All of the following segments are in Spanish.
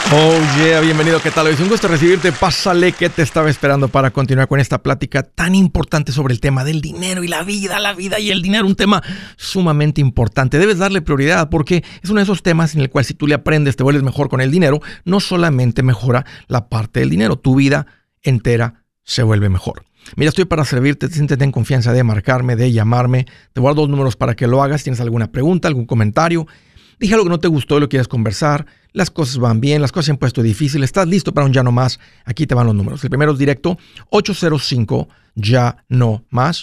Oh yeah, bienvenido, ¿qué tal? Es un gusto recibirte, pásale que te estaba esperando para continuar con esta plática tan importante sobre el tema del dinero y la vida y el dinero, un tema sumamente importante. Debes darle prioridad porque es uno de esos temas en el cual si tú le aprendes, te vuelves mejor con el dinero, no solamente mejora la parte del dinero, tu vida entera se vuelve mejor. Mira, estoy para servirte, siéntete en confianza de marcarme, de llamarme, te voy a dar 2 números para que lo hagas, tienes alguna pregunta, algún comentario. Dije algo que no te gustó y lo quieres conversar. Las cosas van bien, las cosas se han puesto difíciles. ¿Estás listo para un ya no más? Aquí te van los números. El primero es directo, 805 ya no más,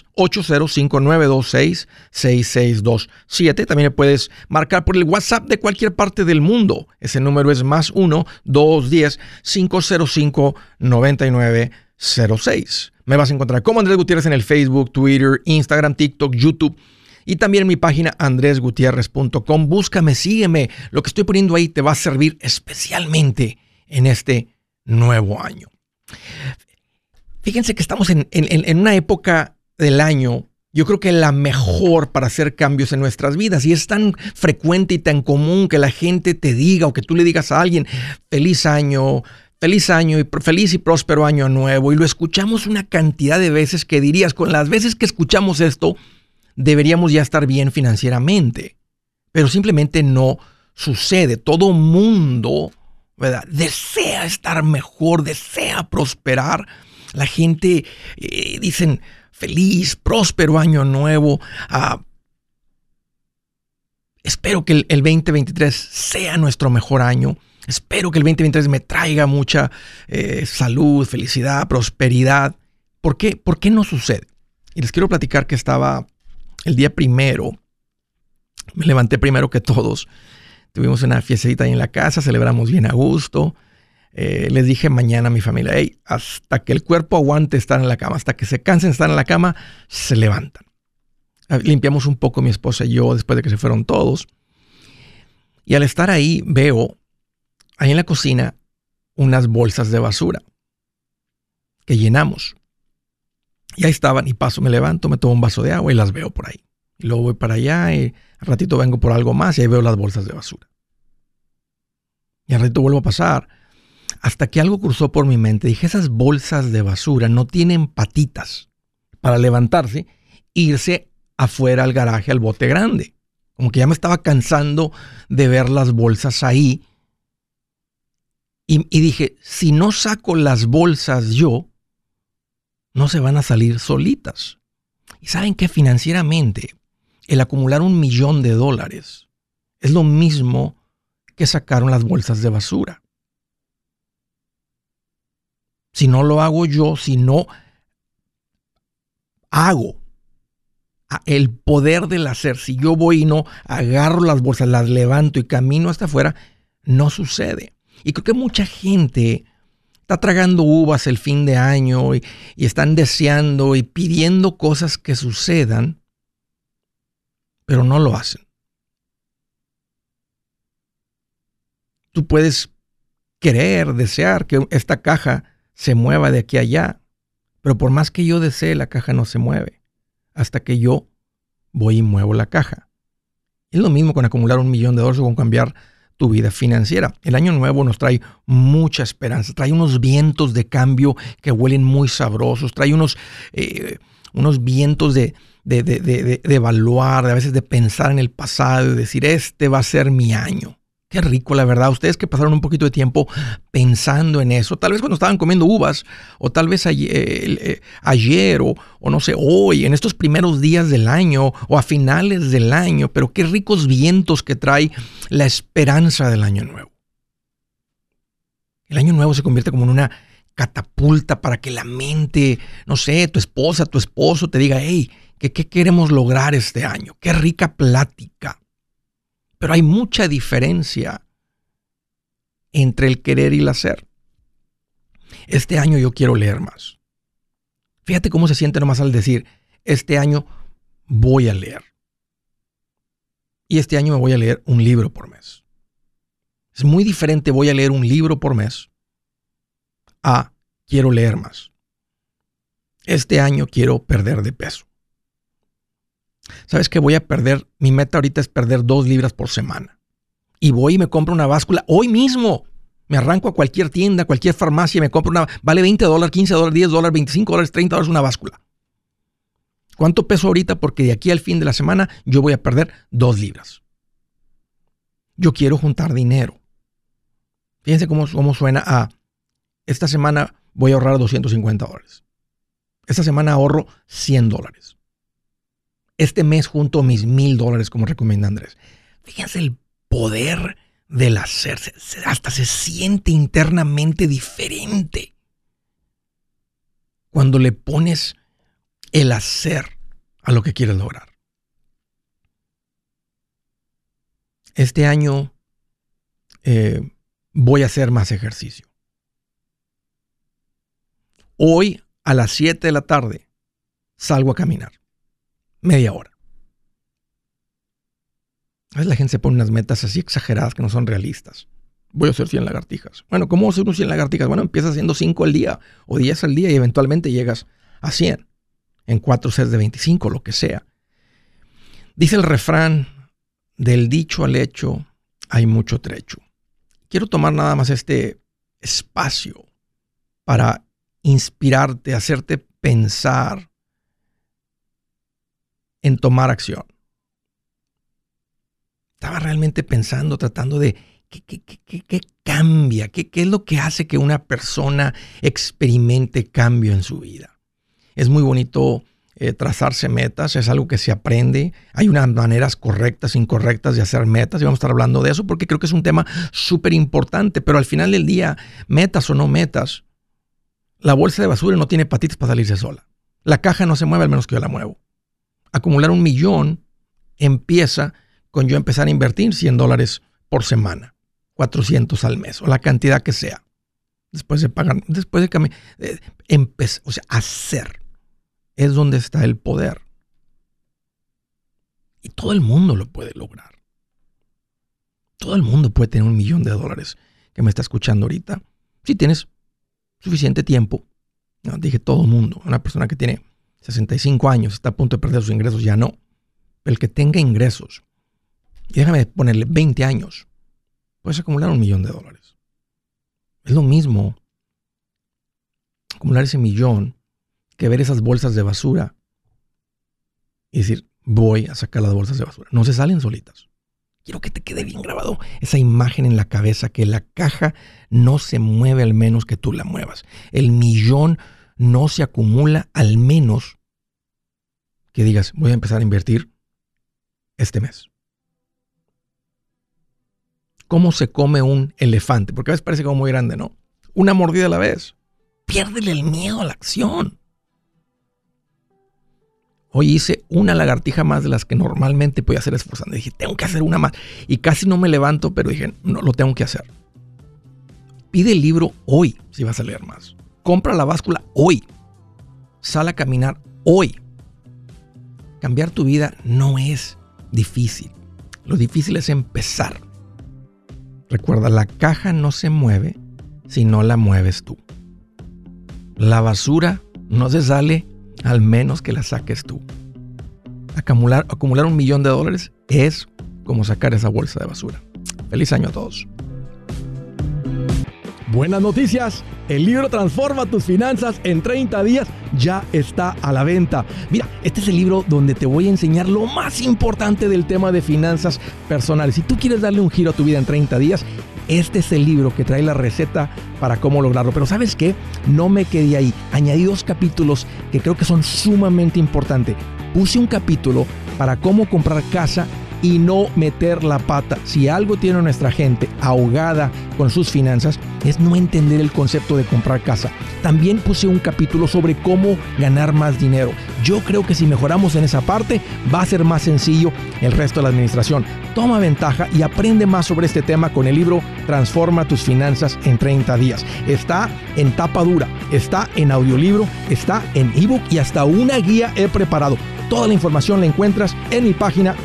805-926-6627. También me puedes marcar por el WhatsApp de cualquier parte del mundo. Ese número es más 1-210-505-9906. Me vas a encontrar como Andrés Gutiérrez en el Facebook, Twitter, Instagram, TikTok, YouTube. Y también en mi página andresgutierrez.com. Búscame, sígueme. Lo que estoy poniendo ahí te va a servir especialmente en este nuevo año. Fíjense que estamos en una época del año, yo creo que la mejor para hacer cambios en nuestras vidas. Y es tan frecuente y tan común que la gente te diga o que tú le digas a alguien, feliz año y feliz y próspero año nuevo. Y lo escuchamos una cantidad de veces que dirías, con las veces que escuchamos esto, deberíamos ya estar bien financieramente, pero simplemente no sucede. Todo mundo, ¿verdad?, desea estar mejor, desea prosperar. La gente dicen feliz, próspero año nuevo. Espero que el 2023 sea nuestro mejor año. Espero que el 2023 me traiga mucha salud, felicidad, prosperidad. ¿Por qué no sucede? Y les quiero platicar que estaba el día primero, me levanté primero que todos. Tuvimos una fiestecita ahí en la casa, celebramos bien a gusto. Les dije mañana a mi familia, hey, hasta que el cuerpo aguante estar en la cama, hasta que se cansen de estar en la cama, se levantan. Limpiamos un poco mi esposa y yo después de que se fueron todos. Y al estar ahí veo, ahí en la cocina, unas bolsas de basura que llenamos. Y ahí estaban, y paso, me levanto, me tomo un vaso de agua y las veo por ahí. Y luego voy para allá y al ratito vengo por algo más y ahí veo las bolsas de basura. Y al ratito vuelvo a pasar hasta que algo cruzó por mi mente. Dije, esas bolsas de basura no tienen patitas para levantarse e irse afuera al garaje, al bote grande. Como que ya me estaba cansando de ver las bolsas ahí. Y dije, si no saco las bolsas yo, no se van a salir solitas. Y saben que financieramente el acumular $1 millón es lo mismo que sacaron las bolsas de basura. Si no lo hago yo, si no hago el poder del hacer, si yo voy y no agarro las bolsas, las levanto y camino hasta afuera, no sucede. Y creo que mucha gente está tragando uvas el fin de año y están deseando y pidiendo cosas que sucedan, pero no lo hacen. Tú puedes querer, desear que esta caja se mueva de aquí a allá, pero por más que yo desee, la caja no se mueve hasta que yo voy y muevo la caja. Es lo mismo con acumular $1 millón o con cambiar tu vida financiera. El año nuevo nos trae mucha esperanza, trae unos vientos de cambio que huelen muy sabrosos, trae unos vientos de evaluar, de a veces de pensar en el pasado y decir, este va a ser mi año. Qué rico, la verdad. Ustedes que pasaron un poquito de tiempo pensando en eso, tal vez cuando estaban comiendo uvas, o tal vez ayer o no sé, hoy, en estos primeros días del año, o a finales del año, pero qué ricos vientos que trae la esperanza del año nuevo. El año nuevo se convierte como en una catapulta para que la mente, no sé, tu esposa, tu esposo te diga, hey, ¿qué queremos lograr este año? Qué rica plática. Pero hay mucha diferencia entre el querer y el hacer. Este año yo quiero leer más. Fíjate cómo se siente nomás al decir, este año voy a leer. Y este año me voy a leer un libro por mes. Es muy diferente, voy a leer un libro por mes, a quiero leer más. Este año quiero perder de peso. ¿Sabes qué? Mi meta ahorita es perder 2 libras por semana. Y voy y me compro una báscula hoy mismo. Me arranco a cualquier tienda, a cualquier farmacia y me compro una, vale $20, $15, $10, $25, $30 una báscula. ¿Cuánto peso ahorita? Porque de aquí al fin de la semana yo voy a perder 2 libras. Yo quiero juntar dinero. Fíjense cómo suena a, esta semana voy a ahorrar $250. Esta semana ahorro $100. Este mes junto mis $1,000, como recomienda Andrés. Fíjense el poder del hacerse. Hasta se siente internamente diferente cuando le pones el hacer a lo que quieres lograr. Este año voy a hacer más ejercicio. Hoy a las 7 de la tarde salgo a caminar. Media hora. A veces la gente se pone unas metas así exageradas que no son realistas. Voy a hacer 100 lagartijas. Bueno, ¿cómo hacer unos 100 lagartijas? Bueno, empiezas haciendo 5 al día o 10 al día y eventualmente llegas a 100. En 4 sets de 25, lo que sea. Dice el refrán, del dicho al hecho hay mucho trecho. Quiero tomar nada más este espacio para inspirarte, hacerte pensar en tomar acción. Estaba realmente pensando, tratando de qué cambia, qué es lo que hace que una persona experimente cambio en su vida. Es muy bonito trazarse metas, es algo que se aprende. Hay unas maneras correctas, incorrectas de hacer metas y vamos a estar hablando de eso porque creo que es un tema súper importante, pero al final del día, metas o no metas, la bolsa de basura no tiene patitas para salirse sola. La caja no se mueve al menos que yo la muevo. Acumular $1 millón empieza con yo empezar a invertir $100 por semana, 400 al mes o la cantidad que sea. Después de pagar, o sea, hacer es donde está el poder. Y todo el mundo lo puede lograr. Todo el mundo puede tener $1 millón que me está escuchando ahorita. Si tienes suficiente tiempo. No, dije todo el mundo. Una persona que tiene 65 años, está a punto de perder sus ingresos, ya no. El que tenga ingresos, y déjame ponerle 20 años, puedes acumular $1 millón. Es lo mismo acumular ese millón que ver esas bolsas de basura y decir, voy a sacar las bolsas de basura. No se salen solitas. Quiero que te quede bien grabado esa imagen en la cabeza, que la caja no se mueve al menos que tú la muevas. El millón no se acumula al menos que digas, voy a empezar a invertir este mes. ¿Cómo se come un elefante? Porque a veces parece como muy grande, ¿no? Una mordida a la vez. Piérdele el miedo a la acción. Hoy hice una lagartija más de las que normalmente podía hacer esforzando. Dije, tengo que hacer una más. Y casi no me levanto, pero dije, no, lo tengo que hacer. Pide el libro hoy si vas a leer más. Compra la báscula hoy. Sal a caminar hoy. Cambiar tu vida no es difícil. Lo difícil es empezar. Recuerda, la caja no se mueve si no la mueves tú. La basura no se sale al menos que la saques tú. Acumular $1 millón es como sacar esa bolsa de basura. Feliz año a todos. Buenas noticias. El libro Transforma tus finanzas en 30 días ya está a la venta. Mira, este es el libro donde te voy a enseñar lo más importante del tema de finanzas personales. Si tú quieres darle un giro a tu vida en 30 días, este es el libro que trae la receta para cómo lograrlo. Pero ¿sabes qué? No me quedé ahí. Añadí 2 capítulos que creo que son sumamente importantes. Puse un capítulo para cómo comprar casa y no meter la pata. Si algo tiene nuestra gente ahogada con sus finanzas, es no entender el concepto de comprar casa. También puse un capítulo sobre cómo ganar más dinero. Yo creo que si mejoramos en esa parte, va a ser más sencillo el resto de la administración. Toma ventaja y aprende más sobre este tema con el libro Transforma tus finanzas en 30 días. Está en tapa dura, está en audiolibro, está en ebook y hasta una guía he preparado. Toda la información la encuentras en mi página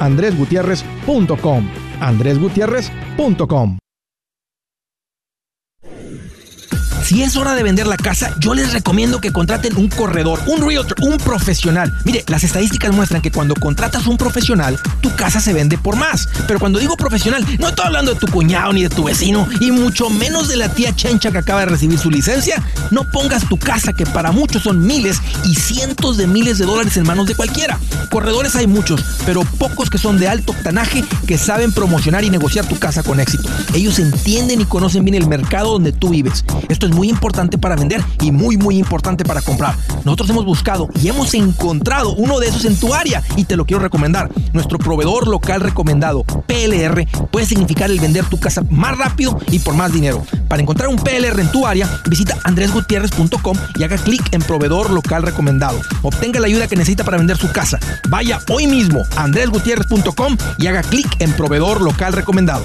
andresgutierrez.com. andresgutierrez.com. Si es hora de vender la casa, yo les recomiendo que contraten un corredor, un realtor, un profesional. Mire, las estadísticas muestran que cuando contratas un profesional, tu casa se vende por más. Pero cuando digo profesional, no estoy hablando de tu cuñado ni de tu vecino, y mucho menos de la tía Chencha que acaba de recibir su licencia. No pongas tu casa, que para muchos son miles y cientos de miles de dólares, en manos de cualquiera. Corredores hay muchos, pero pocos que son de alto octanaje, que saben promocionar y negociar tu casa con éxito. Ellos entienden y conocen bien el mercado donde tú vives. Esto es muy importante para vender y muy importante para comprar. Nosotros hemos buscado y hemos encontrado uno de esos en tu área y te lo quiero recomendar. Nuestro proveedor local recomendado, PLR, puede significar el vender tu casa más rápido y por más dinero. Para encontrar un PLR en tu área, visita andresgutierrez.com y haga clic en proveedor local recomendado. Obtenga la ayuda que necesita para vender su casa. Vaya hoy mismo a andresgutierrez.com y haga clic en proveedor local recomendado.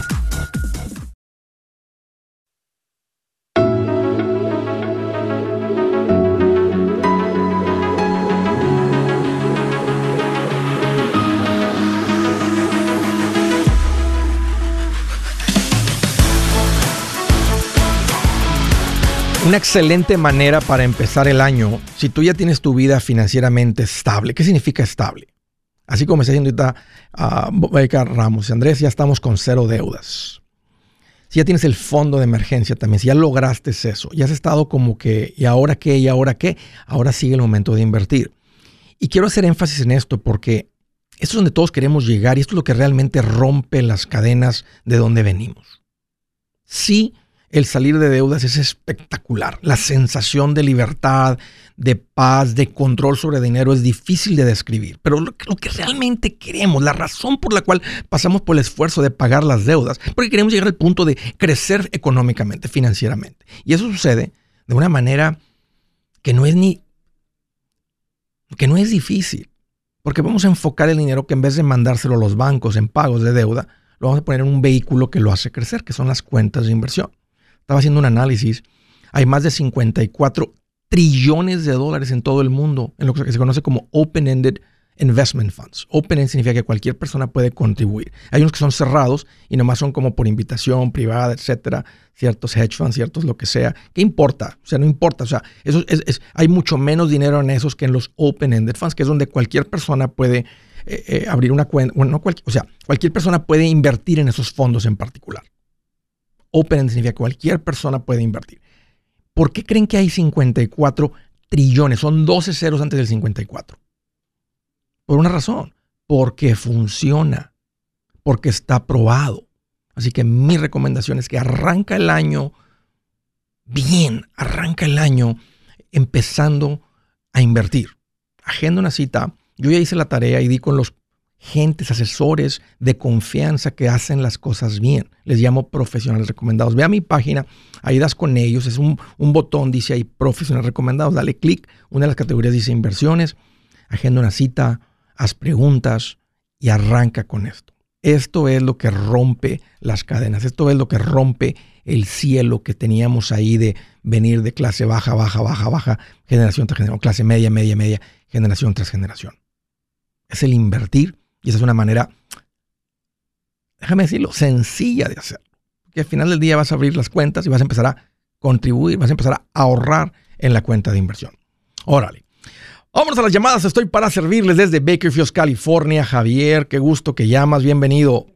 Una excelente manera para empezar el año, si tú ya tienes tu vida financieramente estable. ¿Qué significa estable? Así como me está diciendo ahorita Beca Ramos y Andrés, ya estamos con 0 deudas. Si ya tienes el fondo de emergencia también, si ya lograste eso, ya has estado como que, ¿y ahora qué? ¿Y ahora qué? Ahora sigue el momento de invertir. Y quiero hacer énfasis en esto porque esto es donde todos queremos llegar y esto es lo que realmente rompe las cadenas de donde venimos. Sí, el salir de deudas es espectacular. La sensación de libertad, de paz, de control sobre dinero es difícil de describir. Pero lo que realmente queremos, la razón por la cual pasamos por el esfuerzo de pagar las deudas, porque queremos llegar al punto de crecer económicamente, financieramente. Y eso sucede de una manera que no es difícil. Porque vamos a enfocar el dinero que en vez de mandárselo a los bancos en pagos de deuda, lo vamos a poner en un vehículo que lo hace crecer, que son las cuentas de inversión. Estaba haciendo un análisis. Hay más de 54 trillones de dólares en todo el mundo en lo que se conoce como Open-Ended Investment Funds. Open-Ended significa que cualquier persona puede contribuir. Hay unos que son cerrados y nomás son como por invitación privada, etcétera. Ciertos hedge funds, ciertos lo que sea. ¿Qué importa? O sea, no importa. O sea, hay mucho menos dinero en esos que en los Open-Ended Funds, que es donde cualquier persona puede abrir una cuenta. Bueno, cualquier persona puede invertir en esos fondos en particular. Open significa que cualquier persona puede invertir. ¿Por qué creen que hay 54 trillones? Son 12 ceros antes del 54. Por una razón. Porque funciona. Porque está probado. Así que mi recomendación es que arranca el año bien. Arranca el año empezando a invertir. Agenda una cita. Yo ya hice la tarea y di con los asesores de confianza que hacen las cosas bien. Les llamo profesionales recomendados. Ve a mi página, ahí das con ellos. Es un botón, dice ahí profesionales recomendados. Dale clic. Una de las categorías dice inversiones. Agenda una cita, haz preguntas y arranca con esto. Esto es lo que rompe las cadenas. Esto es lo que rompe el cielo que teníamos ahí de venir de clase baja, generación tras generación, clase media, generación tras generación. Es el invertir. Y esa es una manera, déjame decirlo, sencilla de hacerlo. Que al final del día vas a abrir las cuentas y vas a empezar a contribuir, vas a empezar a ahorrar en la cuenta de inversión. Órale. Vámonos a las llamadas. Estoy para servirles desde Bakersfield, California. Javier, qué gusto que llamas. Bienvenido.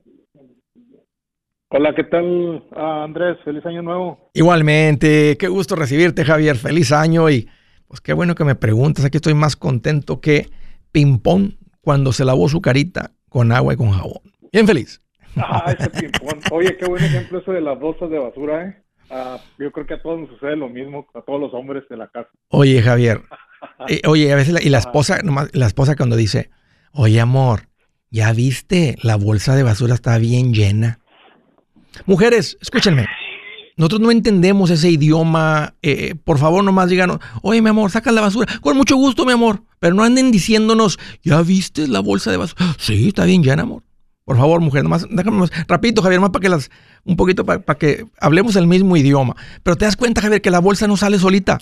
Hola, ¿qué tal, Andrés? Feliz año nuevo. Igualmente, qué gusto recibirte, Javier. Feliz año y pues qué bueno que me preguntas. Aquí estoy más contento que ping-pong cuando se lavó su carita con agua y con jabón. Bien feliz. Ese ping-pong. Oye, qué buen ejemplo eso de las bolsas de basura, ¿eh? Yo creo que a todos nos sucede lo mismo, a todos los hombres de la casa. Oye, Javier. Oye, a veces la esposa cuando dice, oye, amor, ¿ya viste? La bolsa de basura está bien llena. Mujeres, escúchenme. Nosotros no entendemos ese idioma. Por favor, nomás díganos, oye, mi amor, saca la basura. Con mucho gusto, mi amor. Pero no anden diciéndonos, ¿ya viste la bolsa de basura? Sí, está bien llena, amor. Por favor, mujer, nomás, déjame más. Rapidito, Javier, más para que un poquito para que hablemos el mismo idioma. Pero te das cuenta, Javier, que la bolsa no sale solita.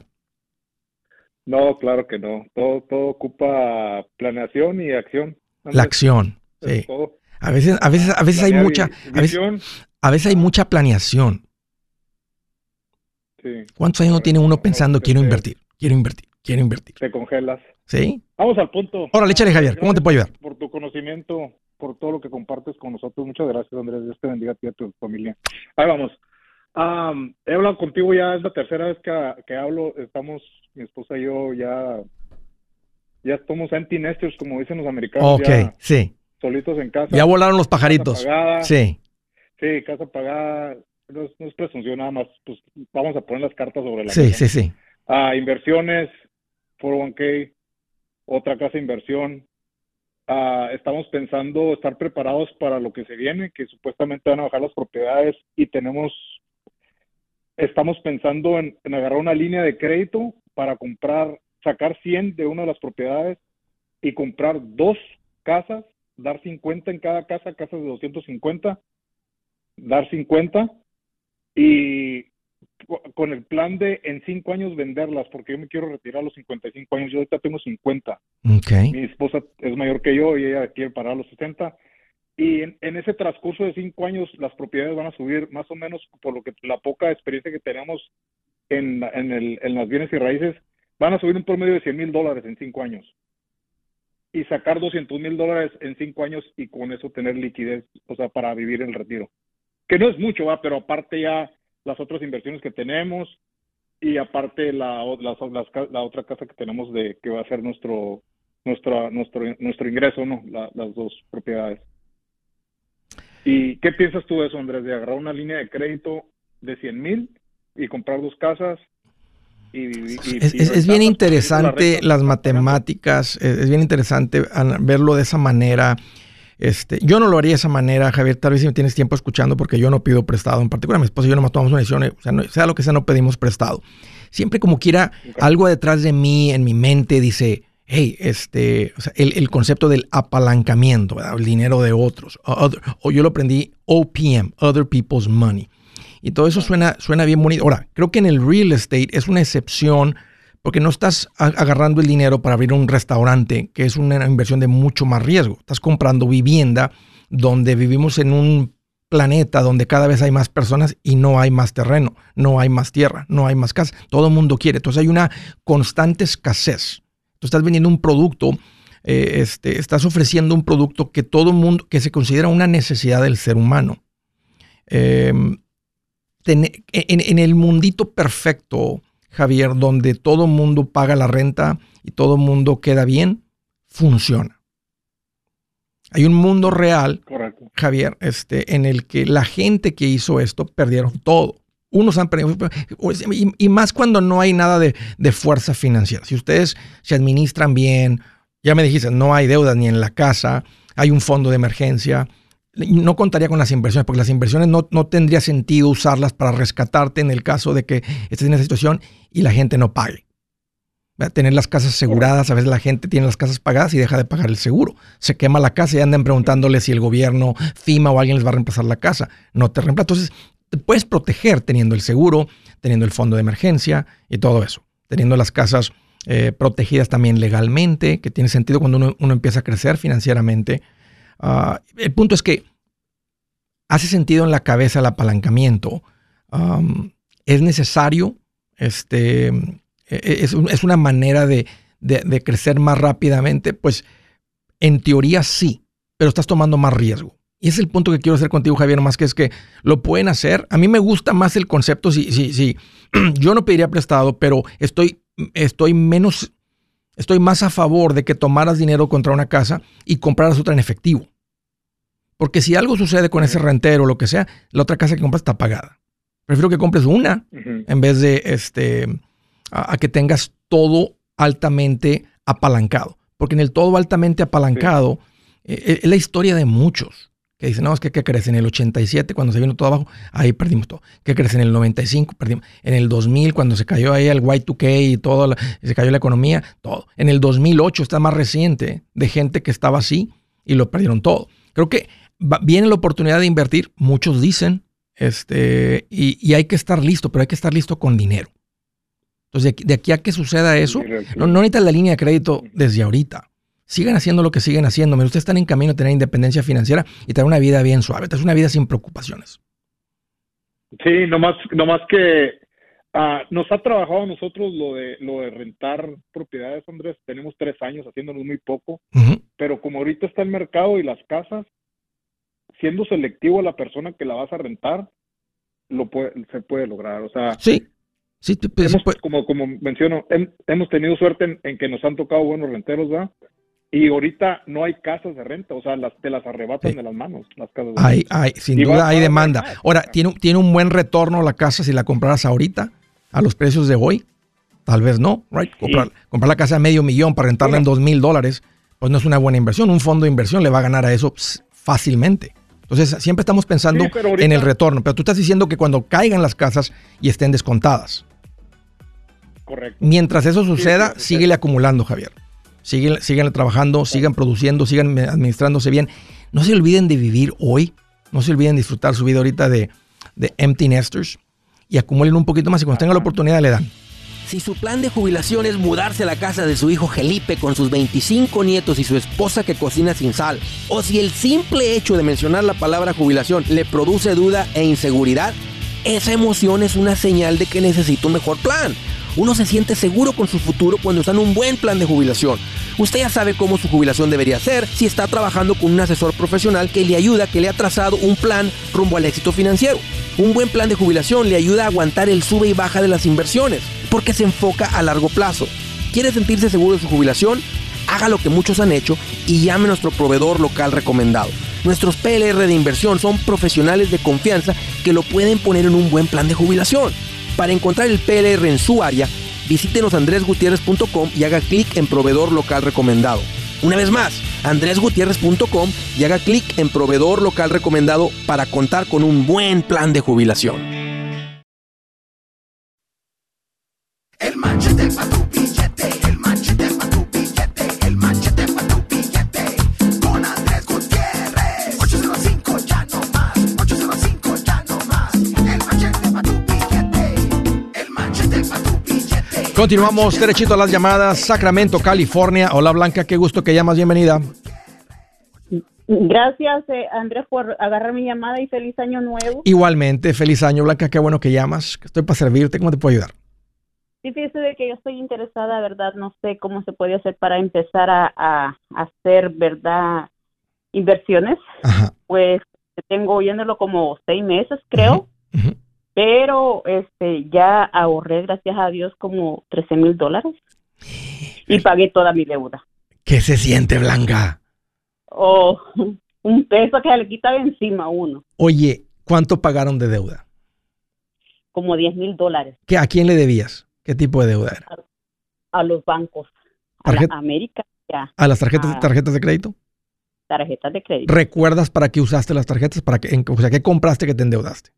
No, claro que no. Todo ocupa planeación y acción. La acción, sí. Todo. A veces hay mucha, a veces hay mucha planeación. Sí, sí. ¿Cuántos años no tiene uno pensando, quiero invertir? Te congelas. ¿Sí? Vamos al punto. Órale, échale, Javier. ¿Cómo te puedo ayudar? Por tu conocimiento, por todo lo que compartes con nosotros. Muchas gracias, Andrés. Dios te bendiga a ti y a tu familia. Ahí vamos. He hablado contigo ya, es la tercera vez que hablo. Estamos, mi esposa y yo, ya estamos empty nesters, como dicen los americanos. Ok, ya sí. solitos en casa. Ya volaron los pajaritos. Casa pagada. Sí. Sí, casa pagada. No es presunción nada más. Pues vamos a poner las cartas sobre la Sí, mesa. sí, sí. Inversiones, 401k, otra casa de inversión. Estamos pensando estar preparados para lo que se viene, que supuestamente van a bajar las propiedades y estamos pensando en agarrar una línea de crédito para sacar 100 de una de las propiedades y comprar 2 casas, dar 50 en cada casa, casas de 250, dar 50 y con el plan de en 5 años venderlas, porque yo me quiero retirar a los 55 años, yo ahorita tengo 50. Okay. Mi esposa es mayor que yo y ella quiere parar a los 60. Y en ese transcurso de 5 años las propiedades van a subir más o menos, por lo que la poca experiencia que tenemos en las bienes y raíces, van a subir un promedio de $100,000 en 5 años. Y sacar $200,000 en 5 años y con eso tener liquidez, o sea, para vivir el retiro. Que no es mucho, pero aparte ya las otras inversiones que tenemos y aparte la otra casa que tenemos que va a ser nuestro ingreso, ¿no? Las 2 propiedades. ¿Y qué piensas tú de eso, Andrés? De agarrar una línea de crédito de 100,000 y comprar 2 casas. Es bien interesante las matemáticas, es bien interesante verlo de esa manera. Yo no lo haría de esa manera, Javier, tal vez si me tienes tiempo escuchando, porque yo no pido prestado. En particular, mi esposa y yo nomás tomamos una decisión, o sea, sea lo que sea, no pedimos prestado. Siempre como quiera, algo detrás de mí, en mi mente, dice, hey, o sea, el concepto del apalancamiento, ¿verdad? El dinero de otros. O yo lo aprendí, OPM, Other People's Money. Y todo eso suena bien bonito. Ahora, creo que en el real estate es una excepción porque no estás agarrando el dinero para abrir un restaurante, que es una inversión de mucho más riesgo. Estás comprando vivienda donde vivimos en un planeta donde cada vez hay más personas y no hay más terreno, no hay más tierra, no hay más casas. Todo el mundo quiere. Entonces hay una constante escasez. Tú estás vendiendo un producto, estás ofreciendo un producto que todo mundo, que se considera una necesidad del ser humano. En el mundito perfecto, Javier, donde todo el mundo paga la renta y todo el mundo queda bien, funciona. Hay un mundo real, correcto, Javier, en el que la gente que hizo esto perdieron todo. Unos han perdido, y más cuando no hay nada de fuerza financiera. Si ustedes se administran bien, ya me dijiste, no hay deudas ni en la casa, hay un fondo de emergencia. No contaría con las inversiones, porque las inversiones no tendría sentido usarlas para rescatarte en el caso de que estés en esa situación y la gente no pague. Tener las casas aseguradas, a veces la gente tiene las casas pagadas y deja de pagar el seguro. Se quema la casa y andan preguntándole si el gobierno, FEMA o alguien les va a reemplazar la casa. No te reemplaza. Entonces, te puedes proteger teniendo el seguro, teniendo el fondo de emergencia y todo eso. Teniendo las casas protegidas también legalmente, que tiene sentido cuando uno empieza a crecer financieramente. El punto es que hace sentido en la cabeza el apalancamiento. Es necesario, es una manera de crecer más rápidamente. Pues en teoría sí, pero estás tomando más riesgo. Y ese es el punto que quiero hacer contigo, Javier, más que es que lo pueden hacer. A mí me gusta más el concepto, sí. Yo no pediría prestado, pero estoy más a favor de que tomaras dinero contra una casa y compraras otra en efectivo. Porque si algo sucede con ese rentero o lo que sea, la otra casa que compras está pagada. Prefiero que compres una en vez de a que tengas todo altamente apalancado. Porque en el todo altamente apalancado es la historia de muchos. Que dicen, no, es que ¿qué crees? En el 87, cuando se vino todo abajo, ahí perdimos todo. ¿Qué crees? En el 95, perdimos. En el 2000, cuando se cayó ahí el Y2K y todo, se cayó la economía, todo. En el 2008, está más reciente, de gente que estaba así y lo perdieron todo. Creo que viene la oportunidad de invertir, muchos dicen, y hay que estar listo, pero hay que estar listo con dinero. Entonces, de aquí a que suceda eso, no necesitas la línea de crédito desde ahorita. Sigan haciendo lo que siguen haciendo. Ustedes están en camino a tener independencia financiera y tener una vida bien suave. Es una vida sin preocupaciones. Sí, nomás que Nos ha trabajado a nosotros lo de rentar propiedades, Andrés. Tenemos 3 años haciéndolo muy poco, Ujú. pero como ahorita está el mercado y las casas, siendo selectivo a la persona que la vas a rentar, se puede lograr. O sea, Sí, sí, pues, como menciono, hemos tenido suerte en que nos han tocado buenos renteros, ¿verdad? Y ahorita no hay casas de renta, o sea, te las arrebatan sí. de las manos, las casas de renta. Sin Y duda hay va a haber demanda. más. Ahora, ¿tiene un buen retorno la casa si la compraras ahorita a los precios de hoy? Tal vez no, right? Sí. Comprar la casa a $500,000 para rentarla en Bueno. $2,000, pues no es una buena inversión. Un fondo de inversión le va a ganar a eso fácilmente. Entonces, siempre estamos pensando Sí, pero ahorita- en el retorno. Pero tú estás diciendo que cuando caigan las casas y estén descontadas. Correcto. Mientras eso suceda, sí. síguele acumulando, Javier. Síguenle trabajando, sigan produciendo, sigan administrándose bien. No se olviden de vivir hoy. No se olviden de disfrutar su vida ahorita de empty nesters. Y acumulen un poquito más y cuando tengan la oportunidad le dan. Si su plan de jubilación es mudarse a la casa de su hijo Felipe con sus 25 nietos y su esposa que cocina sin sal, o si el simple hecho de mencionar la palabra jubilación le produce duda e inseguridad, esa emoción es una señal de que necesita un mejor plan. Uno se siente seguro con su futuro cuando está en un buen plan de jubilación. Usted ya sabe cómo su jubilación debería ser si está trabajando con un asesor profesional que le ayuda, que le ha trazado un plan rumbo al éxito financiero. Un buen plan de jubilación le ayuda a aguantar el sube y baja de las inversiones, porque se enfoca a largo plazo. ¿Quiere sentirse seguro de su jubilación? Haga lo que muchos han hecho y llame a nuestro proveedor local recomendado. Nuestros PLR de inversión son profesionales de confianza que lo pueden poner en un buen plan de jubilación. Para encontrar el PLR en su área, visítenos andresgutierrez.com y haga clic en proveedor local recomendado. Una vez más, andresgutierrez.com y haga clic en proveedor local recomendado para contar con un buen plan de jubilación. El machete pa' tu billete, el machete pa' tu billete, el machete pa' tu billete. Con Andrés Gutiérrez. 805 ya no más, 805 ya no más. El machete pa' tu billete, el machete pa' tu billete. Continuamos derechito a las llamadas. Sacramento, California. Hola, Blanca, qué gusto que llamas. Bienvenida. Gracias, Andrés, por agarrar mi llamada y feliz año nuevo. Igualmente, feliz año, Blanca. Qué bueno que llamas. Estoy para servirte. ¿Cómo te puedo ayudar? Sí, fíjese de que yo estoy interesada, ¿verdad? No sé cómo se puede hacer para empezar a hacer, ¿verdad? Inversiones. Ajá. Pues tengo oyéndolo como 6 meses, creo. Ujú. Pero ya ahorré, gracias a Dios, como $13,000 y pagué toda mi deuda. ¿Qué se siente, Blanca? O un peso que se le quita de encima a uno, Oye, ¿cuánto pagaron de deuda? como $10,000 ¿A quién le debías? ¿Qué tipo de deuda era? a los bancos, a la Tarjeta- América, ya, ¿A las tarjetas de crédito? tarjetas de crédito. ¿Recuerdas para qué usaste las tarjetas? O sea, ¿qué compraste que te endeudaste?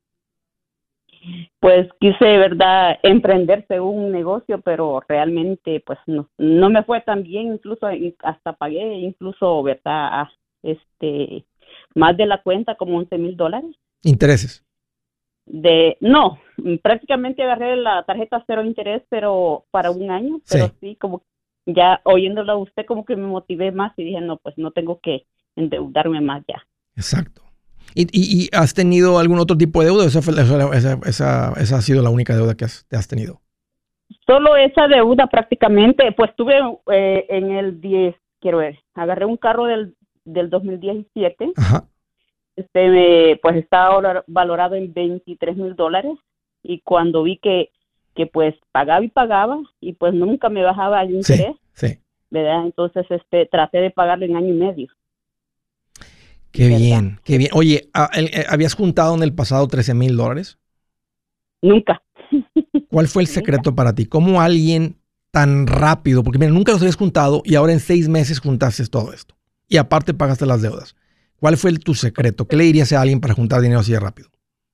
Pues quise, ¿verdad?, emprender según un negocio, pero realmente pues no me fue tan bien, incluso hasta pagué, incluso, ¿verdad?, más de la cuenta, como $11,000. Intereses. No, prácticamente agarré la tarjeta cero interés, pero para un año, pero sí, como ya oyéndolo a usted, como que me motivé más y dije, no, pues no tengo que endeudarme más ya. Exacto. ¿Y has tenido algún otro tipo de deuda? Esa ha sido la única deuda que te has tenido. Solo esa deuda prácticamente, pues tuve en el 10, quiero ver, agarré un carro del 2017, Ajá. pues estaba valorado en $23,000 y cuando vi que pues pagaba y pues nunca me bajaba el interés, Sí. ¿verdad? Entonces traté de pagarlo en año y medio. Qué ¿Verdad? bien, qué bien. Oye, ¿habías juntado en el pasado $13,000? Nunca. ¿Cuál fue el secreto para ti? ¿Cómo alguien tan rápido? Porque mira, nunca los habías juntado y ahora en 6 meses juntaste todo esto. Y aparte pagaste las deudas. ¿Cuál fue tu secreto? ¿Qué le dirías a alguien para juntar dinero así de rápido?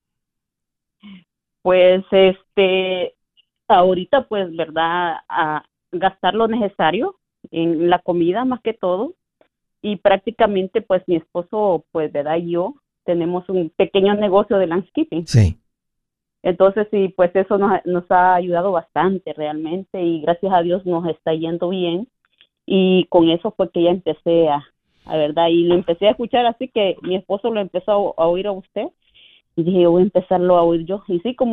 Pues ahorita pues, ¿verdad?, a gastar lo necesario en la comida más que todo. Y prácticamente, pues, mi esposo, pues, ¿verdad?, y yo tenemos un pequeño negocio de landscaping. Sí. Entonces, sí, pues, eso nos ha ayudado bastante realmente y gracias a Dios nos está yendo bien. Y con eso fue que ya empecé ¿verdad? Y lo empecé a escuchar así que mi esposo lo empezó a oír a usted y dije, voy a empezarlo a oír yo. Y sí, como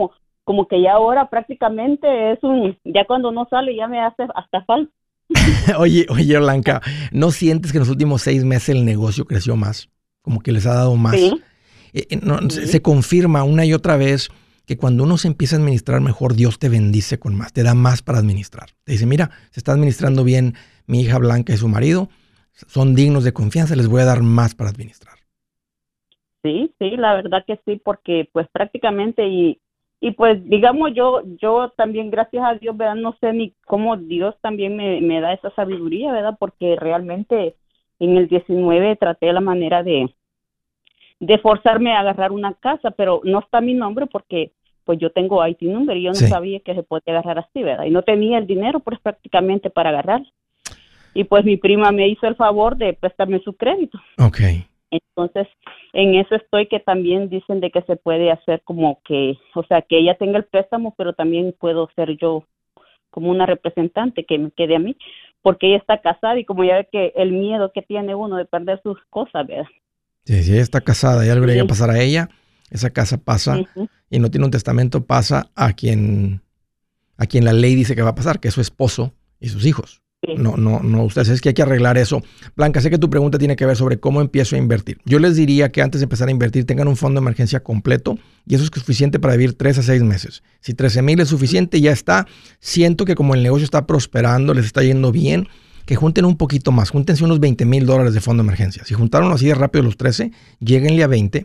como que ya ahora prácticamente ya cuando no sale ya me hace hasta falta. Oye, Blanca, ¿no sientes que en los últimos 6 meses el negocio creció más? Como que les ha dado más. Sí. Se confirma una y otra vez que cuando uno se empieza a administrar mejor, Dios te bendice con más, te da más para administrar. Te dice, mira, se está administrando bien mi hija Blanca y su marido, son dignos de confianza, les voy a dar más para administrar. Sí, la verdad que sí, porque pues prácticamente y pues digamos yo también gracias a Dios, ¿verdad? No sé ni cómo Dios también me da esa sabiduría, ¿verdad? Porque realmente en el 19 traté la manera de forzarme a agarrar una casa, pero no está mi nombre porque pues yo tengo IT number y yo no sabía que se podía agarrar así, ¿verdad? Y no tenía el dinero pues prácticamente para agarrar. Y pues mi prima me hizo el favor de prestarme su crédito. Okay. Entonces, en eso estoy, que también dicen de que se puede hacer como que, o sea, que ella tenga el préstamo, pero también puedo ser yo como una representante que me quede a mí, porque ella está casada y como ya ve que el miedo que tiene uno de perder sus cosas, ¿verdad? Sí, si ella está casada y algo le llega a pasar a ella, esa casa pasa y no tiene un testamento, pasa a quien la ley dice que va a pasar, que es su esposo y sus hijos. Sí. No, ustedes, es que hay que arreglar eso. Blanca, sé que tu pregunta tiene que ver sobre cómo empiezo a invertir. Yo les diría que antes de empezar a invertir tengan un fondo de emergencia completo y eso es suficiente para vivir 3 a 6 meses. Si 13,000 es suficiente, ya está. Siento que como el negocio está prosperando, les está yendo bien, que junten un poquito más, júntense unos $20,000 de fondo de emergencia. Si juntaron así de rápido los 13, lléguenle a 20.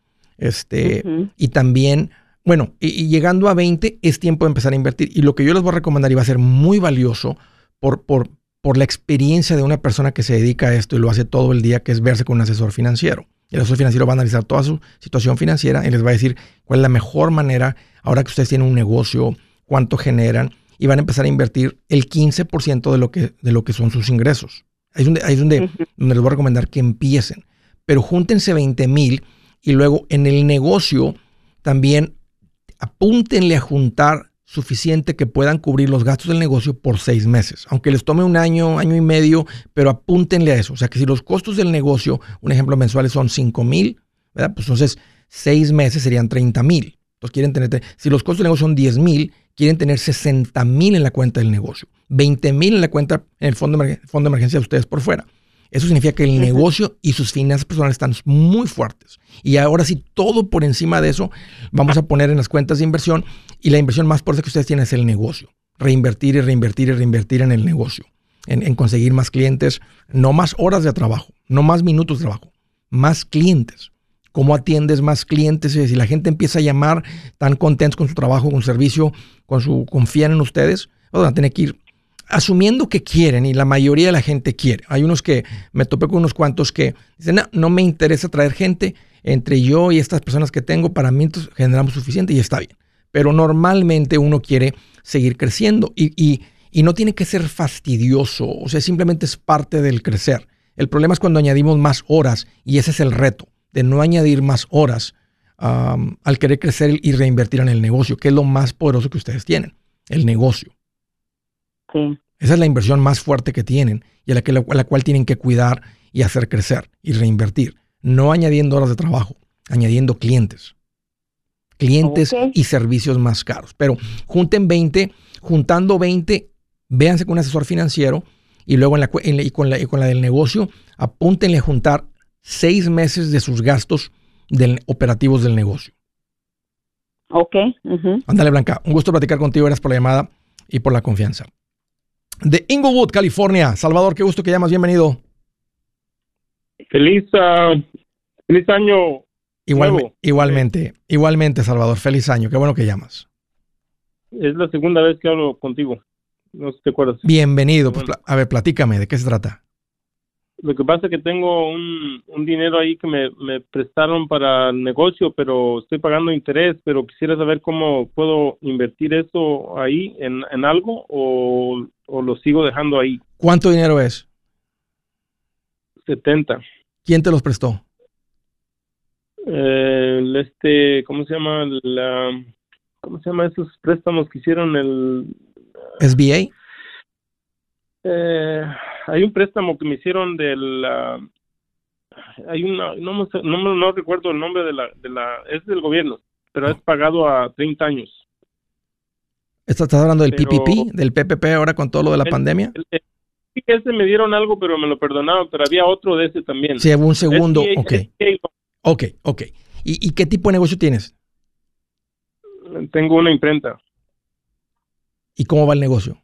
Y también, bueno, y llegando a 20 es tiempo de empezar a invertir. Y lo que yo les voy a recomendar y va a ser muy valioso por la experiencia de una persona que se dedica a esto y lo hace todo el día, que es verse con un asesor financiero. El asesor financiero va a analizar toda su situación financiera y les va a decir cuál es la mejor manera, ahora que ustedes tienen un negocio, cuánto generan, y van a empezar a invertir el 15% de lo que son sus ingresos. Ahí es donde les voy a recomendar que empiecen. Pero júntense 20,000 y luego en el negocio también apúntenle a juntar suficiente que puedan cubrir los gastos del negocio por 6 meses. Aunque les tome un año, año y medio, pero apúntenle a eso. O sea que si los costos del negocio, un ejemplo mensuales son 5,000, ¿verdad? Pues entonces 6 meses serían 30,000. Entonces quieren tener, si los costos del negocio son 10,000, quieren tener 60,000 en la cuenta del negocio, 20,000 en la cuenta, en el fondo de emergencia de ustedes por fuera. Eso significa que el negocio y sus finanzas personales están muy fuertes. Y ahora sí, todo por encima de eso, vamos a poner en las cuentas de inversión. Y la inversión más fuerte que ustedes tienen es el negocio. Reinvertir y reinvertir y reinvertir en el negocio. En conseguir más clientes, no más horas de trabajo, no más minutos de trabajo, más clientes. ¿Cómo atiendes más clientes? Si la gente empieza a llamar, tan contentos con su trabajo, con su servicio, confían en ustedes, van a tener que ir asumiendo que quieren, y la mayoría de la gente quiere. Hay unos que, me topé con unos cuantos que dicen, no me interesa traer gente, entre yo y estas personas que tengo, para mí generamos suficiente y está bien. Pero normalmente uno quiere seguir creciendo y no tiene que ser fastidioso, o sea, simplemente es parte del crecer. El problema es cuando añadimos más horas y ese es el reto, de no añadir más horas al querer crecer y reinvertir en el negocio, que es lo más poderoso que ustedes tienen, el negocio. Sí. Esa es la inversión más fuerte que tienen y a la cual tienen que cuidar y hacer crecer y reinvertir. No añadiendo horas de trabajo, añadiendo clientes. Clientes y servicios más caros. Pero junten 20, juntando 20, véanse con un asesor financiero y luego con la del negocio, apúntenle a juntar 6 meses de sus gastos operativos del negocio. Ok. Ándale, Blanca. Un gusto platicar contigo. Gracias por la llamada y por la confianza. De Inglewood, California. Salvador, qué gusto que llamas. Bienvenido. Feliz año. Igualmente, Salvador. Feliz año. Qué bueno que llamas. Es la segunda vez que hablo contigo. No sé si te acuerdas. Bienvenido. Bueno. Pues, a ver, platícame. ¿De qué se trata? Lo que pasa es que tengo un dinero ahí que me prestaron para el negocio, pero estoy pagando interés, pero quisiera saber cómo puedo invertir eso ahí en algo o lo sigo dejando ahí. ¿Cuánto dinero es? 70. ¿Quién te los prestó? ¿Cómo se llama? ¿Cómo se llama esos préstamos que hicieron el SBA? Hay un préstamo que me hicieron no recuerdo el nombre es del gobierno, pero es pagado a 30 años. ¿Estás hablando del Pero- PPP, del PPP ahora con todo lo de la pandemia? Sí, ese me dieron algo, pero me lo perdonaron, pero había otro de ese también. Sí, un segundo. SBA, Ok. ¿Y qué tipo de negocio tienes? tengo una imprenta. ¿Y cómo va el negocio?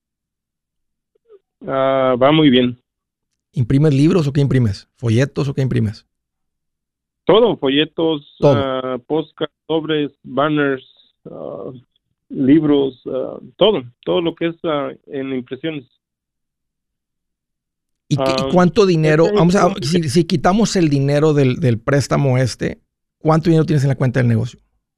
Va muy bien. ¿Imprimes libros o qué imprimes? ¿Folletos o qué imprimes? Todo, folletos, Todo. postcards, sobres, banners, libros, todo lo que es en impresiones. ¿Y cuánto dinero? Si quitamos el dinero del préstamo ¿cuánto dinero tienes en la cuenta del negocio?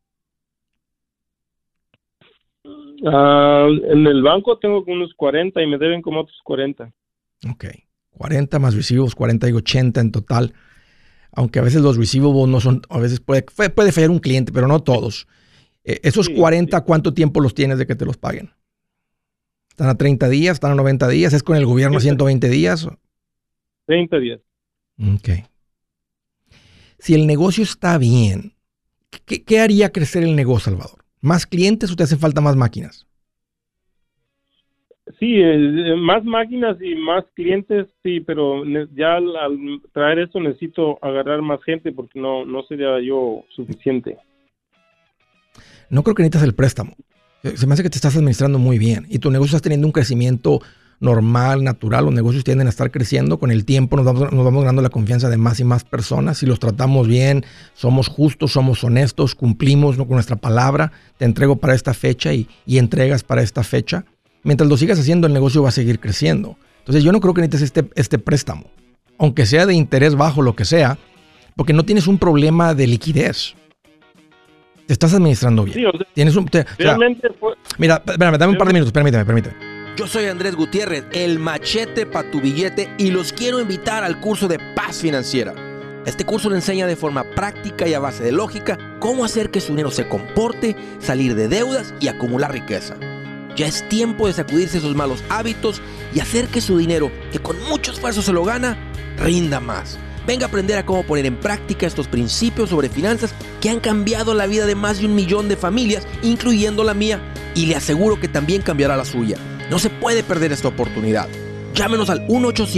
En el banco tengo unos 40 y me deben como otros 40. Ok. 40 más receivables, 40 y 80 en total. Aunque a veces los receivables no son, a veces puede fallar un cliente, pero no todos. Esos Sí, 40, sí. ¿cuánto tiempo los tienes de que te los paguen? ¿Están a 30 días? ¿Están a 90 días? ¿Es con el gobierno a 120 días? 30 días. Ok. Si el negocio está bien, ¿qué haría crecer el negocio, Salvador? ¿Más clientes o te hacen falta más máquinas? Sí, más máquinas y más clientes, sí, pero ya al traer eso necesito agarrar más gente porque no sería yo suficiente. No creo que necesitas el préstamo. Se me hace que te estás administrando muy bien y tu negocio está teniendo un crecimiento normal, natural. Los negocios tienden a estar creciendo. Con el tiempo nos vamos ganando la confianza de más y más personas. Si los tratamos bien, somos justos, somos honestos, cumplimos con nuestra palabra. Te entrego para esta fecha y entregas para esta fecha. Mientras lo sigas haciendo, el negocio va a seguir creciendo. Entonces yo no creo que necesites este préstamo, aunque sea de interés bajo, lo que sea, porque no tienes un problema de liquidez. Te estás administrando bien. Sí, o sea, Tienes realmente fue... Mira, espérame, dame un par de minutos, permíteme. Yo soy Andrés Gutiérrez, el machete para tu billete, y los quiero invitar al curso de Paz Financiera. Este curso le enseña de forma práctica y a base de lógica cómo hacer que su dinero se comporte, salir de deudas y acumular riqueza. Ya es tiempo de sacudirse esos malos hábitos y hacer que su dinero, que con mucho esfuerzo se lo gana, rinda más. Venga a aprender a cómo poner en práctica estos principios sobre finanzas que han cambiado la vida de más de 1 millón de familias, incluyendo la mía, y le aseguro que también cambiará la suya. No se puede perder esta oportunidad. Llámenos al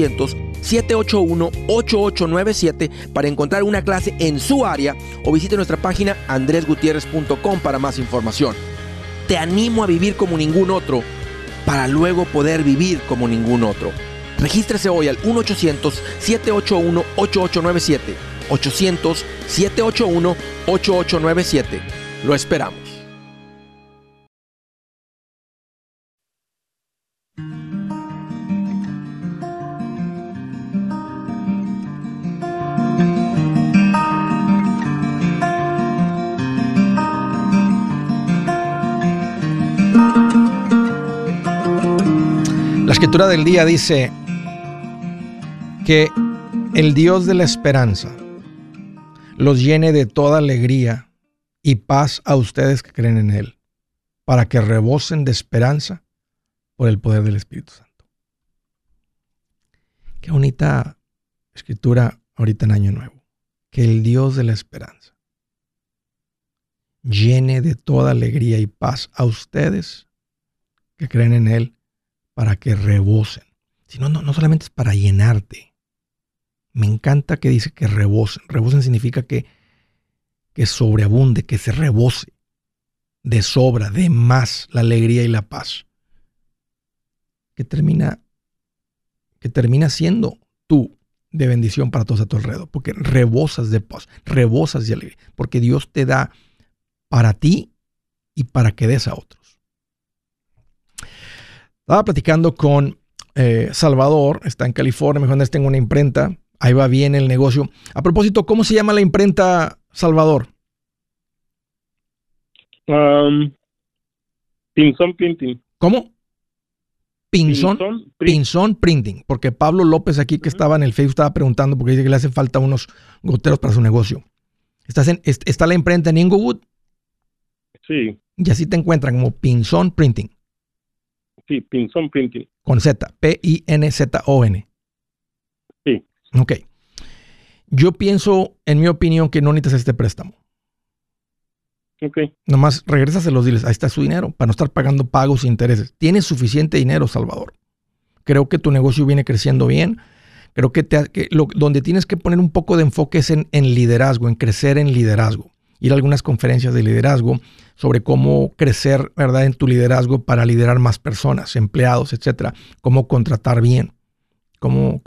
1-800-781-8897 para encontrar una clase en su área o visite nuestra página andresgutierrez.com para más información. Te animo a vivir como ningún otro para luego poder vivir como ningún otro. Regístrese hoy al 1-800-781-8897. 800-781-8897. Lo esperamos. La escritura del día dice que el Dios de la esperanza los llene de toda alegría y paz a ustedes que creen en Él, para que rebosen de esperanza por el poder del Espíritu Santo. Qué bonita escritura ahorita en Año Nuevo. Que el Dios de la esperanza llene de toda alegría y paz a ustedes que creen en Él, para que rebosen. Si no solamente es para llenarte. Me encanta que dice que rebosen. Rebosen significa que sobreabunde, que se rebose de sobra, de más la alegría y la paz. Que termina siendo tú de bendición para todos a tu alrededor, porque rebosas de paz, rebosas de alegría, porque Dios te da para ti y para que des a otros. Estaba platicando con Salvador, está en California, mejor tengo una imprenta, ahí va bien el negocio. A propósito, ¿cómo se llama la imprenta, Salvador? Pinzón Printing. ¿Cómo? Pinzón Printing, porque Pablo López aquí que estaba en el Facebook estaba preguntando porque dice que le hacen falta unos goteros para su negocio. ¿Está la imprenta en Inglewood? Sí. Y así te encuentran como Pinzón Printing. Sí, Pinzón Printing. Con Z, P-I-N-Z-O-N. Sí. Ok. Yo pienso, en mi opinión, que no necesitas este préstamo. Ok. Nomás regrésaselos, diles, ahí está su dinero, para no estar pagando pagos e intereses. Tienes suficiente dinero, Salvador. Creo que tu negocio viene creciendo bien. Creo que, donde tienes que poner un poco de enfoque es en liderazgo, en crecer en liderazgo. Ir a algunas conferencias de liderazgo sobre cómo crecer, ¿verdad?, en tu liderazgo para liderar más personas, empleados, etcétera. Cómo contratar bien. Cómo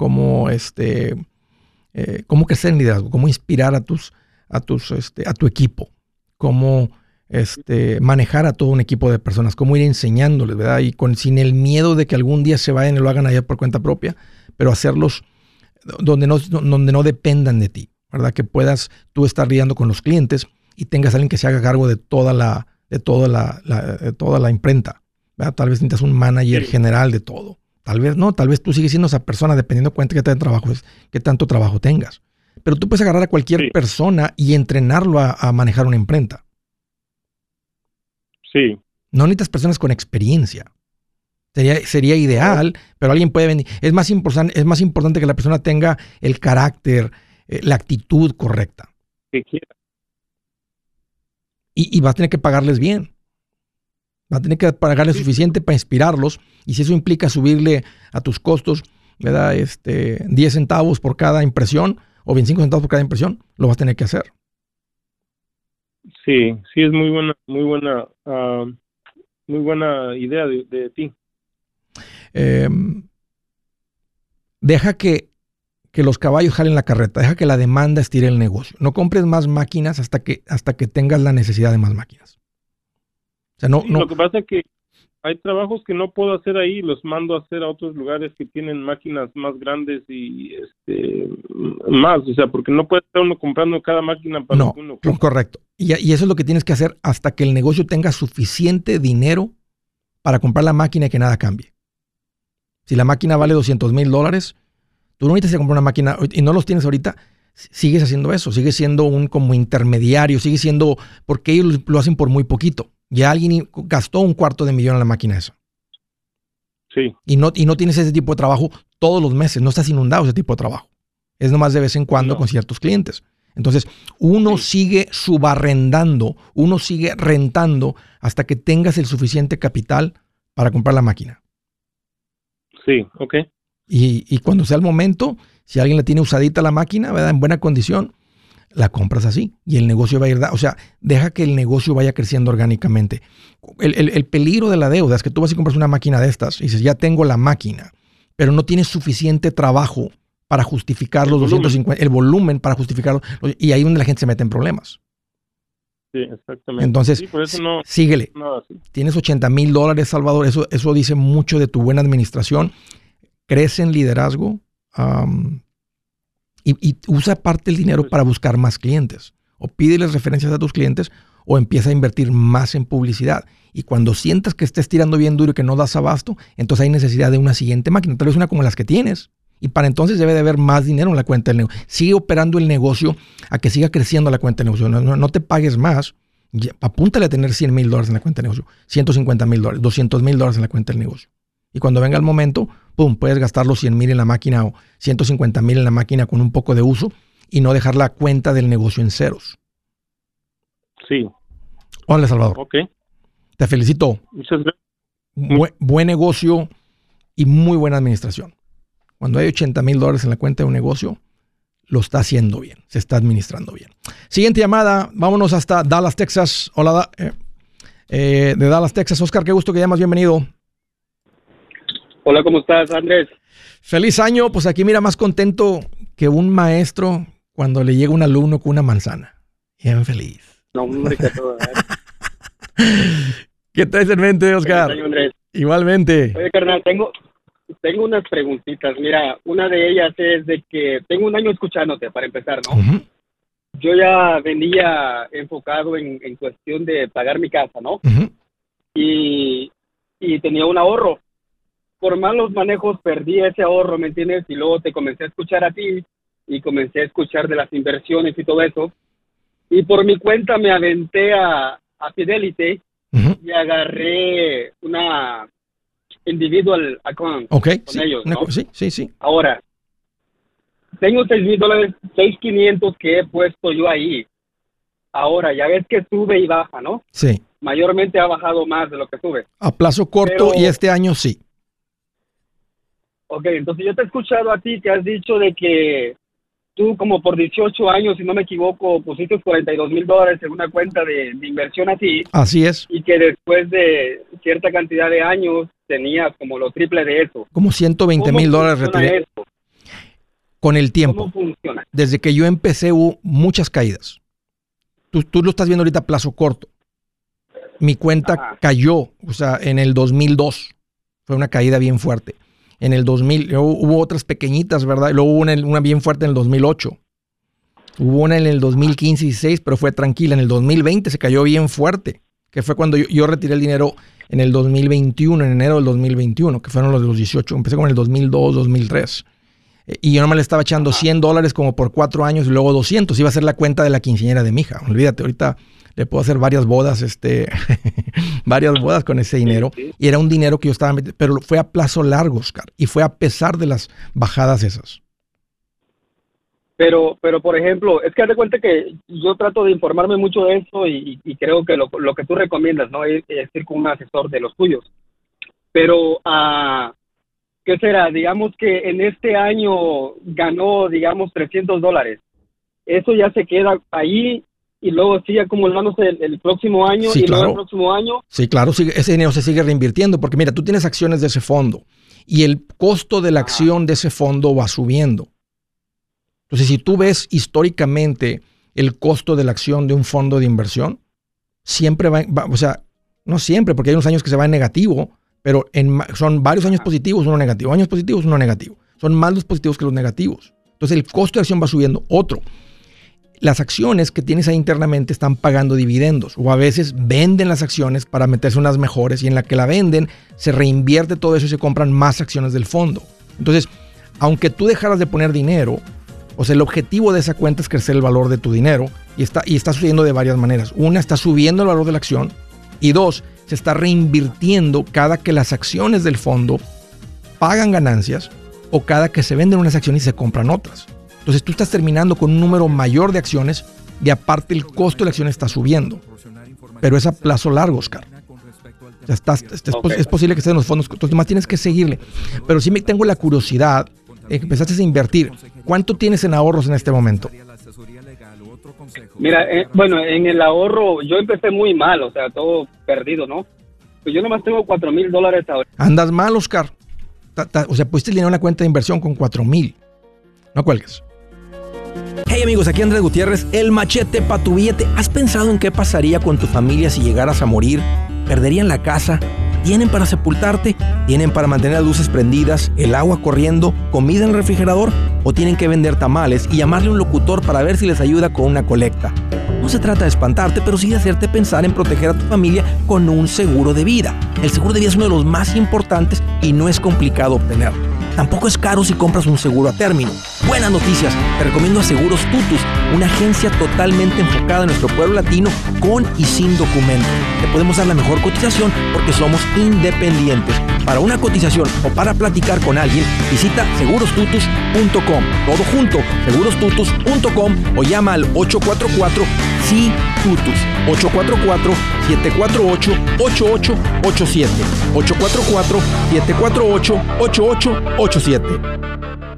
crecer en liderazgo. Cómo inspirar a tu equipo. Cómo manejar a todo un equipo de personas. Cómo ir enseñándoles, ¿verdad? Y sin el miedo de que algún día se vayan y lo hagan allá por cuenta propia, pero hacerlos donde no dependan de ti, ¿verdad? Que puedas tú estar lidiando con los clientes y tengas a alguien que se haga cargo de toda la imprenta, ¿verdad? Tal vez necesitas un manager general de todo. Tal vez no, tal vez tú sigues siendo esa persona dependiendo de cuánto qué tanto trabajo tengas. Pero tú puedes agarrar a cualquier persona y entrenarlo a manejar una imprenta. Sí. No necesitas personas con experiencia. Sería ideal, pero alguien puede venir. Es más importante que la persona tenga el carácter, la actitud correcta. Que quiera. Y vas a tener que pagarles bien. Vas a tener que pagarles suficiente para inspirarlos. Y si eso implica subirle a tus costos, ¿verdad? 10 centavos por cada impresión o 25 centavos por cada impresión, lo vas a tener que hacer. Sí, es muy buena idea de ti. Deja que los caballos jalen la carreta, deja que la demanda estire el negocio. No compres más máquinas hasta que tengas la necesidad de más máquinas. O sea, no. Lo que pasa es que hay trabajos que no puedo hacer ahí, los mando a hacer a otros lugares que tienen máquinas más grandes y más, o sea, porque no puede estar uno comprando cada máquina para lo que uno compra. Correcto. Y eso es lo que tienes que hacer hasta que el negocio tenga suficiente dinero para comprar la máquina y que nada cambie. Si la máquina vale $200,000, tú no necesitas comprar una máquina y no los tienes ahorita, sigues haciendo eso, sigues siendo un como intermediario, sigues siendo, porque ellos lo hacen por muy poquito. Ya alguien gastó $250,000 en la máquina esa. Sí. Y no tienes ese tipo de trabajo todos los meses, no estás inundado ese tipo de trabajo. Es nomás de vez en cuando con ciertos clientes. Entonces, uno sigue subarrendando, uno sigue rentando hasta que tengas el suficiente capital para comprar la máquina. Sí, ok. Y cuando sea el momento, si alguien le tiene usadita la máquina, ¿verdad?, en buena condición, la compras así y el negocio va a ir, o sea, deja que el negocio vaya creciendo orgánicamente. El peligro de la deuda es que tú vas y compras una máquina de estas y dices, ya tengo la máquina, pero no tienes suficiente trabajo para justificar los 250, el volumen para justificarlo, y ahí es donde la gente se mete en problemas. Sí, exactamente. Entonces, sí, por eso síguele. No, sí. Tienes $80,000, Salvador, eso dice mucho de tu buena administración. Crece en liderazgo, y usa parte del dinero para buscar más clientes. O pídeles referencias a tus clientes o empieza a invertir más en publicidad. Y cuando sientas que estés tirando bien duro y que no das abasto, entonces hay necesidad de una siguiente máquina. Tal vez una como las que tienes. Y para entonces debe de haber más dinero en la cuenta del negocio. Sigue operando el negocio a que siga creciendo la cuenta del negocio. No te pagues más. Apúntale a tener $100,000 en la cuenta del negocio, $150,000, $200,000 en la cuenta del negocio. Y cuando venga el momento, pum, puedes gastar los 100,000 en la máquina o 150,000 en la máquina con un poco de uso y no dejar la cuenta del negocio en ceros. Sí. Hola, Salvador. Ok. Te felicito. Muchas gracias. Buen negocio y muy buena administración. Cuando hay $80,000 en la cuenta de un negocio, lo está haciendo bien, se está administrando bien. Siguiente llamada, vámonos hasta Dallas, Texas. Hola, de Dallas, Texas. Oscar, qué gusto que llamas, bienvenido. Hola, ¿cómo estás, Andrés? Feliz año, pues aquí mira, más contento que un maestro cuando le llega un alumno con una manzana. Bien feliz. No, hombre, que todo. ¿Qué traes en mente, Oscar? Feliz año, Andrés. Igualmente. Oye, carnal, tengo unas preguntitas. Mira, una de ellas es de que tengo un año escuchándote, para empezar, ¿no? Uh-huh. Yo ya venía enfocado en cuestión de pagar mi casa, ¿no? Uh-huh. Y tenía un ahorro. Por malos manejos perdí ese ahorro, ¿me entiendes? Y luego te comencé a escuchar a ti y comencé a escuchar de las inversiones y todo eso. Y por mi cuenta me aventé a Fidelity. Uh-huh. Y agarré una individual account con ellos, ¿no? Sí. Ahora, tengo $6,500 que he puesto yo ahí. ahora ya ves que sube y baja, ¿no? Sí. Mayormente ha bajado más de lo que sube. A plazo corto y este año sí. Ok, entonces yo te he escuchado a ti que has dicho de que tú como por 18 años, si no me equivoco, pusiste $42,000 en una cuenta de inversión así. Así es. Y que después de cierta cantidad de años tenías como lo triple de eso. Como $120,000 retiré. Eso? Con el tiempo. ¿Cómo funciona? Desde que yo empecé hubo muchas caídas. Tú lo estás viendo ahorita a plazo corto. Mi cuenta cayó, o sea, en el 2002. Fue una caída bien fuerte. En el 2000, luego hubo otras pequeñitas, ¿verdad? Luego hubo una bien fuerte en el 2008. Hubo una en el 2015 y 2016, pero fue tranquila. En el 2020 se cayó bien fuerte, que fue cuando yo retiré el dinero en el 2021, en enero del 2021, que fueron los de los 18. Empecé con el 2002, 2003. Y yo nomás le estaba echando $100 como por 4 años y luego 200. Iba a ser la cuenta de la quinceañera de mi hija. Olvídate, ahorita le puedo hacer varias bodas, varias bodas con ese dinero. Sí. Y era un dinero que yo estaba metiendo, pero fue a plazo largo, Oscar. Y fue a pesar de las bajadas esas. Pero por ejemplo, es que haz de cuenta que yo trato de informarme mucho de eso y creo que lo que tú recomiendas, ¿no? Es ir con un asesor de los tuyos. Pero, ¿qué será? Digamos que en este año ganó, digamos, $300. Eso ya se queda ahí y luego sigue acumulándose el próximo año Sí, y claro. luego el próximo año. Sí, claro, ese dinero se sigue reinvirtiendo porque mira, tú tienes acciones de ese fondo y el costo de la acción de ese fondo va subiendo. Entonces, si tú ves históricamente el costo de la acción de un fondo de inversión, siempre va, o sea, no siempre, porque hay unos años que se va en negativo, pero son varios años positivos, uno negativo, años positivos, uno negativo. Son más los positivos que los negativos. Entonces, el costo de acción va subiendo. Otro, las acciones que tienes ahí internamente están pagando dividendos o a veces venden las acciones para meterse unas mejores y en la que la venden se reinvierte todo eso y se compran más acciones del fondo. Entonces, aunque tú dejaras de poner dinero, o sea, el objetivo de esa cuenta es crecer el valor de tu dinero y está sucediendo de varias maneras. Una, está subiendo el valor de la acción y dos, se está reinvirtiendo cada que las acciones del fondo pagan ganancias o cada que se venden unas acciones y se compran otras. Entonces tú estás terminando con un número mayor de acciones y aparte el costo de la acción está subiendo. Pero es a plazo largo, Oscar. Ya es posible que estés en los fondos, entonces más tienes que seguirle. Pero sí me tengo la curiosidad de que empezaste a invertir. ¿Cuánto tienes en ahorros en este momento? Mira, bueno, en el ahorro yo empecé muy mal, o sea, todo perdido, ¿no? Pues yo nomás tengo $4,000 ahora. Andas mal, Oscar. O sea, pusiste el dinero en la cuenta de inversión con $4,000. No cuelgues. Hey amigos, aquí Andrés Gutiérrez, el machete para tu billete. ¿Has pensado en qué pasaría con tu familia si llegaras a morir? ¿Perderían la casa? ¿Tienen para sepultarte? ¿Tienen para mantener las luces prendidas, el agua corriendo, comida en el refrigerador? ¿O tienen que vender tamales y llamarle a un locutor para ver si les ayuda con una colecta? No se trata de espantarte, pero sí de hacerte pensar en proteger a tu familia con un seguro de vida. El seguro de vida es uno de los más importantes y no es complicado obtenerlo. Tampoco es caro si compras un seguro a término. Buenas noticias, te recomiendo a Seguros Tutus, una agencia totalmente enfocada en nuestro pueblo latino con y sin documentos. Te podemos dar la mejor cotización porque somos independientes. Para una cotización o para platicar con alguien, visita segurostutus.com. Todo junto, segurostutus.com o llama al 844-SI-TUTUS. 844-748-8887. 844-748-8887.